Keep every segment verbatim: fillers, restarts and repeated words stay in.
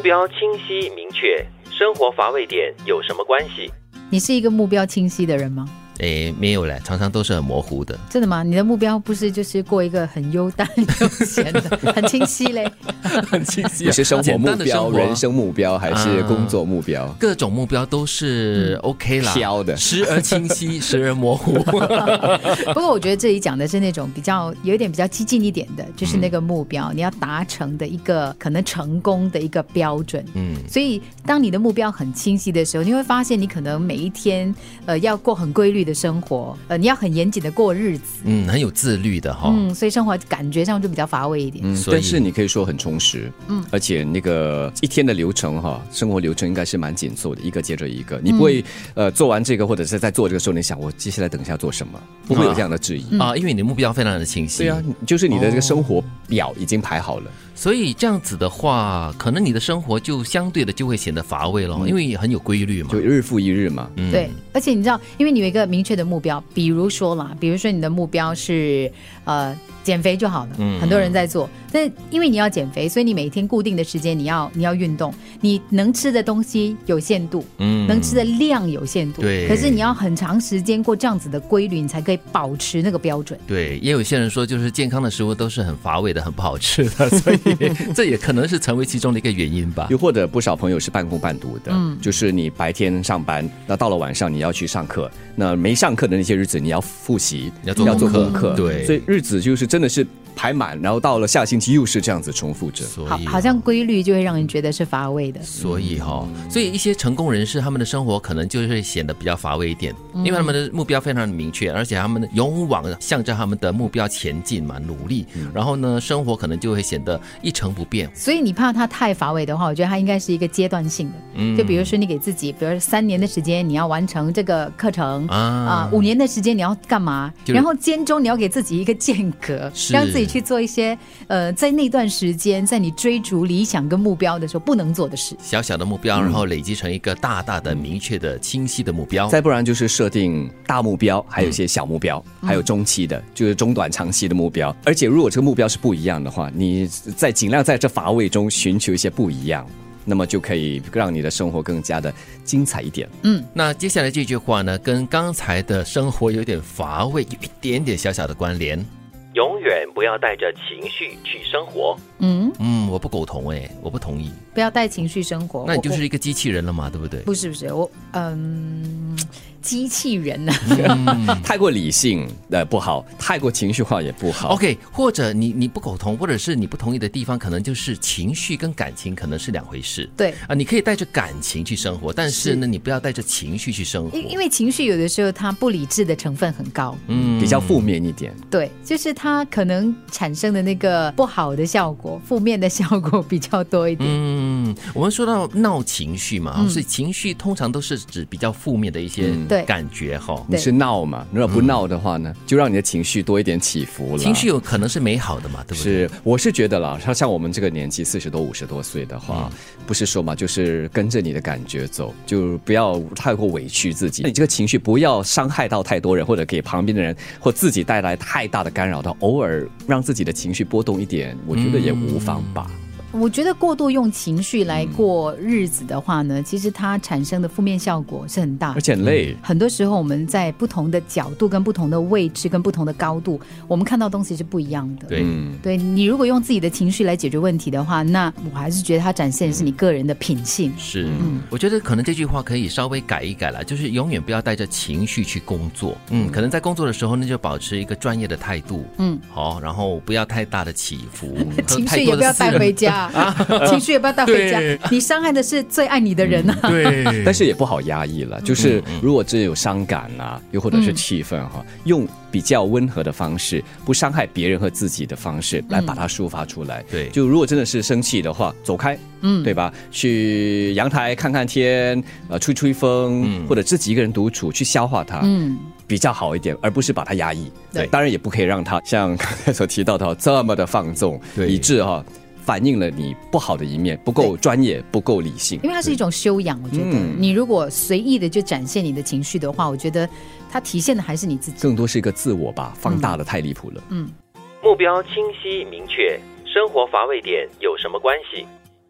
标清晰明确，生活乏味点有什么关系？ 你是一个目标清晰的人吗？ 诶，没有嘞，常常都是很模糊的。 真的吗？你的目标不是就是过一个很悠哉悠闲的，很清晰嘞？ 很清晰、啊。 你是生活目标、 生活人生目标还是工作目标？啊、 各种目标都是 OK 啦， 飘的， 时而清晰，时而模糊。 不过我觉得这里讲的是那种比较有一点比较激进一点的，就是那个目标、嗯、你要达成的一个可能成功的一个标准。嗯，所以当你的目标很清晰的时候，你会发现你可能每一天呃要过很规律的生活，呃，你要很严谨的过日子， 嗯，很有自律的哈、哦， 嗯，所以生活感觉上就比较乏味一点， 嗯，但是你可以说很充实，嗯，而且那个一天的流程哈，生活流程应该是蛮紧凑的，一个接着一个，你不会、嗯、呃做完这个或者是在做这个时候，你想我接下来等一下做什么，不会有这样的质疑、 嗯、啊，因为你的目标非常的清晰， 对啊，就是你的这个生活表已经排好了。哦， 所以这样子的话，可能你的生活就相对的就会显得乏味了、嗯、因为很有规律嘛， 就日复一日嘛、 嗯、对，而且你知道因为你有一个明确的目标，比如说啦比如说你的目标是呃减肥就好了、嗯、很多人在做，但因为你要减肥，所以你每天固定的时间你要你要运动，你能吃的东西有限度、嗯、能吃的量有限度，对，可是你要很长时间过这样子的规律，你才可以保持那个标准。 对，也有些人说就是健康的食物都是很乏味的，很不好吃的，所以这也可能是成为其中的一个原因吧。 又或者不少朋友是半工半读的、嗯、就是你白天上班，那到了晚上你要去上课，那没上课的那些日子你要复习， 你要做功课， 要做功课， 对， 所以日子就是真的是排满，然后到了下星期又是这样子重复着， 好，好像规律就会让人觉得是乏味的。 所以哈、哦，所以一些成功人士他们的生活可能就会显得比较乏味一点、嗯、因为他们的目标非常的明确，而且他们勇往向着他们的目标前进嘛，努力、嗯、然后呢生活可能就会显得一成不变。 所以你怕他太乏味的话，我觉得他应该是一个阶段性的、嗯、就比如说你给自己比如说三年的时间你要完成这个课程啊、呃，五年的时间你要干嘛，然后间中你要给自己一个间隔，让自己去做一些呃，在那段时间在你追逐理想跟目标的时候不能做的事， 小小的目标、嗯、然后累积成一个大大的明确的清晰的目标， 再不然就是设定大目标，还有一些小目标、嗯、还有中期的，就是中短长期的目标，而且如果这个目标是不一样的话，你在尽量在这乏味中寻求一些不一样，那么就可以让你的生活更加的精彩一点。 嗯，那接下来这句话呢，跟刚才的生活有点乏味有一点点小小的关联。 永远不要带着情绪去生活。 嗯嗯，我不苟同哎，我不同意。 不要带情绪生活， 那你就是一个机器人了嘛，对不对？ 不是不是，我嗯。机器人啊、 嗯，太过理性呃不好，太过情绪化也不好。 OK， 或者你你不苟同，或者是你不同意的地方，可能就是情绪跟感情可能是两回事。 对啊，你可以带着感情去生活，但是呢，你不要带着情绪去生活， 因为情绪有的时候它不理智的成分很高， 嗯，比较负面一点。 对，就是它可能产生的那个不好的效果，负面的效果比较多一点。 嗯，我们说到闹情绪嘛，嗯、所以情绪通常都是指比较负面的一些感觉哈、嗯。 你是闹嘛？如果不闹的话呢，就让你的情绪多一点起伏了。 情绪有可能是美好的嘛，对不对？ 是，我是觉得啦，像我们这个年纪四十多、五十多岁的话、嗯，不是说嘛，就是跟着你的感觉走，就不要太过委屈自己。你这个情绪不要伤害到太多人，或者给旁边的人或自己带来太大的干扰到，偶尔让自己的情绪波动一点，我觉得也无妨吧。嗯， 我觉得过度用情绪来过日子的话呢、嗯、其实它产生的负面效果是很大的， 而且很累、 嗯、很多时候我们在不同的角度跟不同的位置跟不同的高度，我们看到东西是不一样的。 对， 对，你如果用自己的情绪来解决问题的话，那我还是觉得它展现的是你个人的品性。 是、嗯、我觉得可能这句话可以稍微改一改啦，就是永远不要带着情绪去工作。嗯，可能在工作的时候呢，就保持一个专业的态度。嗯，好，然后不要太大的起伏情绪也不要带回家啊，情绪也不要带回家，你伤害的是最爱你的人啊。 嗯、对，但是也不好压抑了，就是如果只有伤感啊，又或者是气愤哈、嗯，用比较温和的方式，不伤害别人和自己的方式来把它抒发出来。对、嗯，就如果真的是生气的话，走开，嗯，对吧？去阳台看看天，呃，吹吹风、嗯，或者自己一个人独处去消化它。嗯。比较好一点，而不是把它压抑。对，当然也不可以让它像刚才所提到的这么的放纵，以致哈、哦、反映了你不好的一面，不够专业，不够理性。 因为它是一种修养，我觉得、嗯、你如果随意的就展现你的情绪的话，我觉得它体现的还是你自己， 更多是一个自我吧，放大的太离谱了。 嗯，目标清晰明确，生活乏味点有什么关系？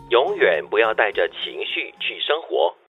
永远不要带着情绪去生活。